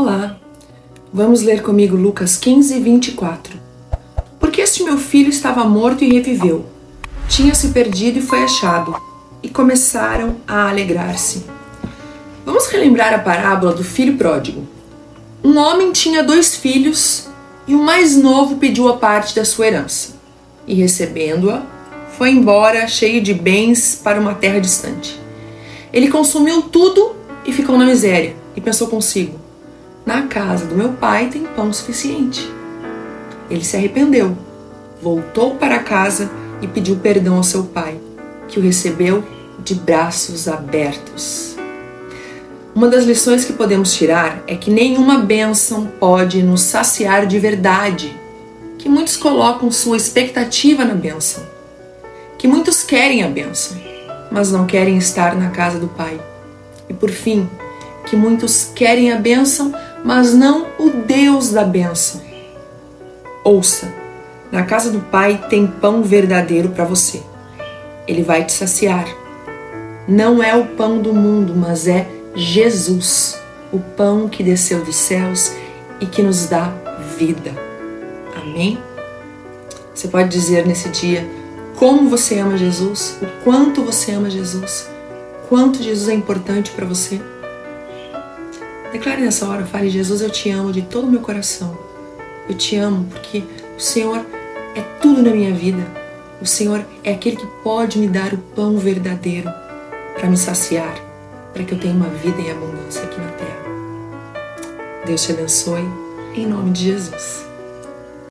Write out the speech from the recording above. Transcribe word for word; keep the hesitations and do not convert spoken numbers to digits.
Olá! Vamos ler comigo Lucas quinze, vinte e quatro. Porque este meu filho estava morto e reviveu. Tinha se perdido e foi achado. E começaram a alegrar-se. Vamos relembrar a parábola do filho pródigo. Um homem tinha dois filhos e o mais novo pediu a parte da sua herança. E recebendo-a, foi embora cheio de bens para uma terra distante. Ele consumiu tudo e ficou na miséria e pensou consigo: na casa do meu pai tem pão suficiente. Ele se arrependeu, voltou para casa e pediu perdão ao seu pai, que o recebeu de braços abertos. Uma das lições que podemos tirar é que nenhuma bênção pode nos saciar de verdade, que muitos colocam sua expectativa na bênção, que muitos querem a bênção, mas não querem estar na casa do Pai. E por fim, que muitos querem a bênção, mas não o Deus da bênção. Ouça, na casa do Pai tem pão verdadeiro para você. Ele vai te saciar. Não é o pão do mundo, mas é Jesus, o pão que desceu dos céus e que nos dá vida. Amém? Você pode dizer nesse dia como você ama Jesus, o quanto você ama Jesus, quanto Jesus é importante para você. Declare nessa hora, fale: Jesus, eu te amo de todo o meu coração. Eu te amo porque o Senhor é tudo na minha vida. O Senhor é aquele que pode me dar o pão verdadeiro para me saciar, para que eu tenha uma vida em abundância aqui na terra. Deus te abençoe, em nome de Jesus.